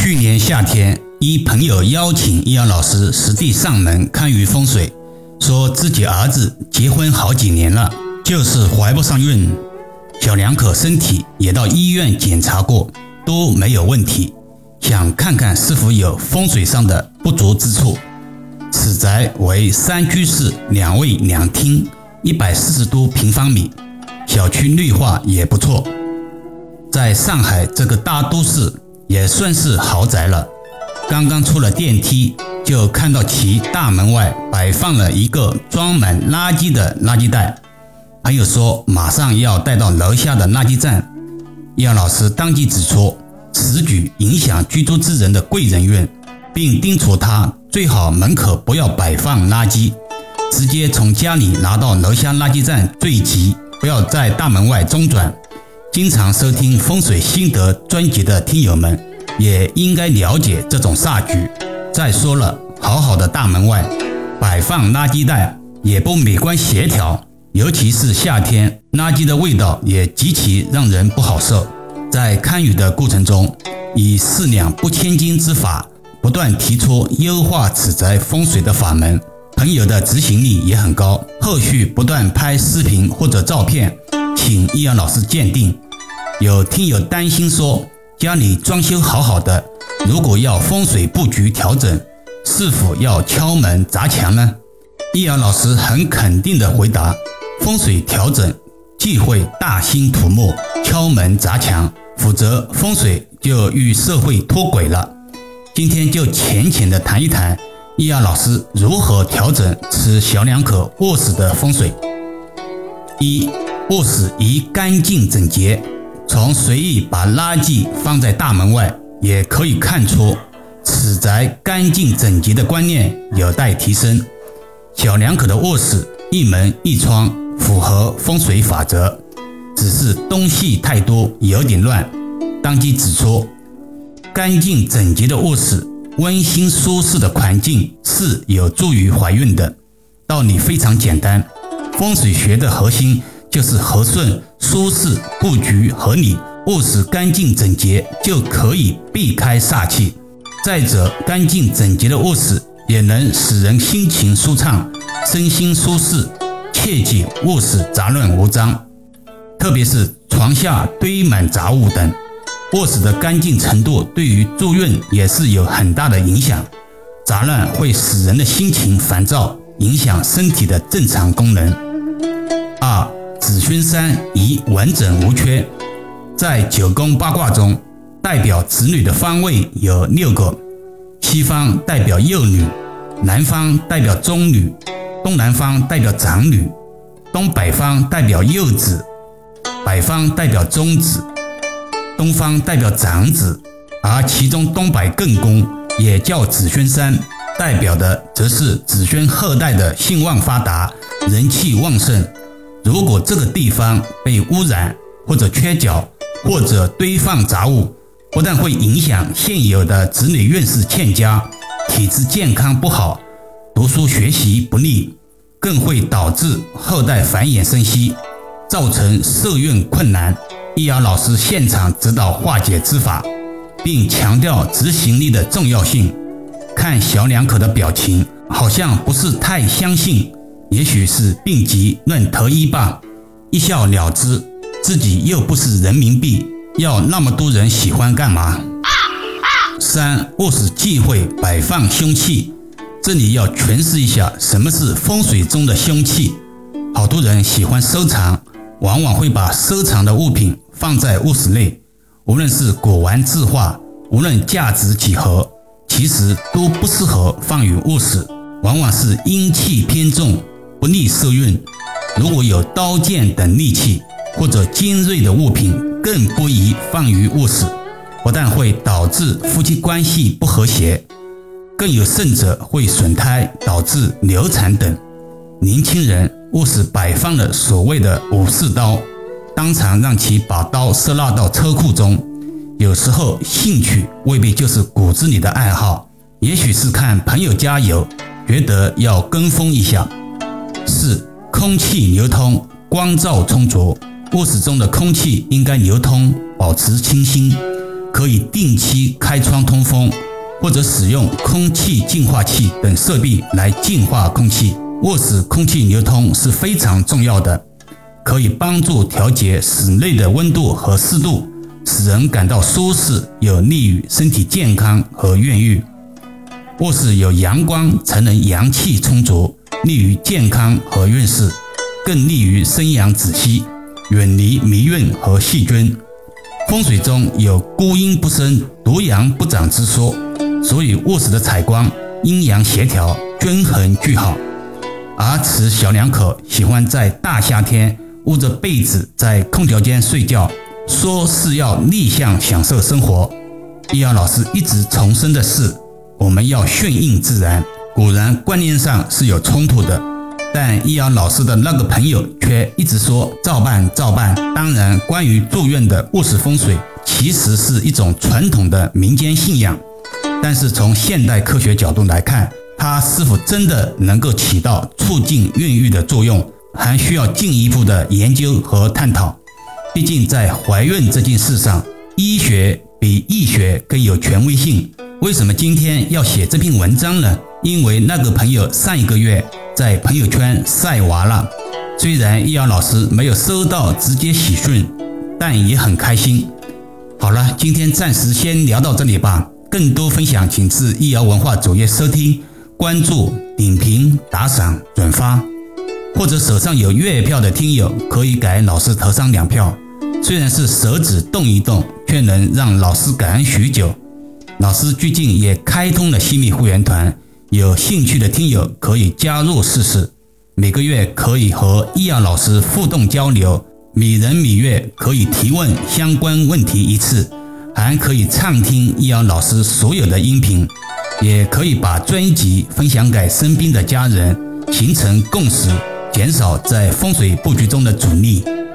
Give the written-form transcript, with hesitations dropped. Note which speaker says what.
Speaker 1: 去年夏天，一朋友邀请易阳老师实地上门看舆风水，说自己儿子结婚好几年了，就是怀不上孕，小两口身体也到医院检查过，都没有问题，想看看是否有风水上的不足之处。此宅为3居室2卫2厅，140多平方米，小区绿化也不错，在上海这个大都市也算是豪宅了。刚刚出了电梯，就看到其大门外摆放了一个装满垃圾的垃圾袋。朋友说马上要带到楼下的垃圾站，易阳老师当即指出，此举影响居住之人的贵人运，并叮嘱他最好门口不要摆放垃圾，直接从家里拿到楼下垃圾站最急，不要在大门外中转。经常收听风水心得专辑的听友们也应该了解这种煞局。再说了，好好的大门外摆放垃圾袋也不美观协调，尤其是夏天，垃圾的味道也极其让人不好受。在看舆的过程中，以4两不千斤之法不断提出优化此宅风水的法门，朋友的执行力也很高，后续不断拍视频或者照片请易阳老师鉴定。有听友担心说，家里装修好好的，如果要风水布局调整，是否要敲门砸墙呢？易阳老师很肯定地回答，风水调整忌讳大兴土木、敲门砸墙，否则风水就与社会脱轨了。今天就浅浅地谈一谈易阳老师如何调整此小两口卧室的风水。1. 卧室宜干净整洁。从随意把垃圾放在大门外也可以看出，此宅干净整洁的观念有待提升。小两口的卧室一门一窗符合风水法则，只是东西太多有点乱。当即指出，干净整洁的卧室，温馨舒适的环境是有助于怀孕的。道理非常简单，风水学的核心就是和顺、舒适、布局合理，卧室干净整洁就可以避开煞气。再者，干净整洁的卧室也能使人心情舒畅，身心舒适。切记卧室杂乱无章，特别是床下堆满杂物等。卧室的干净程度对于助孕也是有很大的影响。杂乱会使人的心情烦躁，影响身体的正常功能。2. 子轩山宜完整无缺。在九宫八卦中，代表子女的方位有6个，西方代表幼女，南方代表中女，东南方代表长女，东北方代表幼子，北方代表中子，东方代表长子。而其中东北艮宫也叫子轩山，代表的则是子轩后代的兴旺发达，人气旺盛。如果这个地方被污染或者缺角或者堆放杂物，不但会影响现有的子女运势欠佳，体质健康不好，读书学习不利，更会导致后代繁衍生息，造成受孕困难。易阳老师现场指导化解之法，并强调执行力的重要性。看小两口的表情，好像不是太相信，也许是病急乱投医吧，一笑了之，自己又不是人民币，要那么多人喜欢干嘛？3. 卧室忌讳摆放凶器。这里要诠释一下什么是风水中的凶器。好多人喜欢收藏，往往会把收藏的物品放在卧室内，无论是古玩字画，无论价值几何，其实都不适合放于卧室，往往是阴气偏重，不利受孕。如果有刀剑等利器或者尖锐的物品，更不宜放于卧室，不但会导致夫妻关系不和谐，更有甚者会损胎，导致流产等。年轻人卧室摆放了所谓的武士刀，当场让其把刀收纳到车库中。有时候兴趣未必就是骨子里的爱好，也许是看朋友家有，觉得要跟风一下。4. 空气流通，光照充足。卧室中的空气应该流通，保持清新。 可以定期开窗通风，或者使用空气净化器等设备来净化空气。卧室空气流通是非常重要的，可以帮助调节室内的温度和湿度，使人感到舒适，有利于身体健康和孕育。卧室有阳光才能阳气充足，利于健康和运势，更利于生养子息，远离霉运和细菌。风水中有孤阴不生，独阳不长之说，所以卧室的采光阴阳协调，均衡俱好。而此小两口喜欢在大夏天捂着被子在空调间睡觉，说是要逆向享受生活。易遥老师一直重申的是，我们要顺应自然，果然观念上是有冲突的，但易遥老师的那个朋友却一直说照办照办。当然，关于住院的卧室风水其实是一种传统的民间信仰，但是从现代科学角度来看，它是否真的能够起到促进孕育的作用，还需要进一步的研究和探讨。毕竟在怀孕这件事上，医学比易学更有权威性。为什么今天要写这篇文章呢？因为那个朋友上一个月在朋友圈晒娃了，虽然易遥老师没有收到直接喜讯，但也很开心。好了，今天暂时先聊到这里吧。更多分享请至易遥文化主页收听、关注、点评、打赏、转发，或者手上有月票的听友可以给老师投上2票，虽然是手指动一动，却能让老师感恩许久。老师最近也开通了新密会员团，有兴趣的听友可以加入试试。每个月可以和易遥老师互动交流，每人每月可以提问相关问题1次，还可以畅听易遥老师所有的音频，也可以把专辑分享给身边的家人，形成共识，减少在风水布局中的阻力。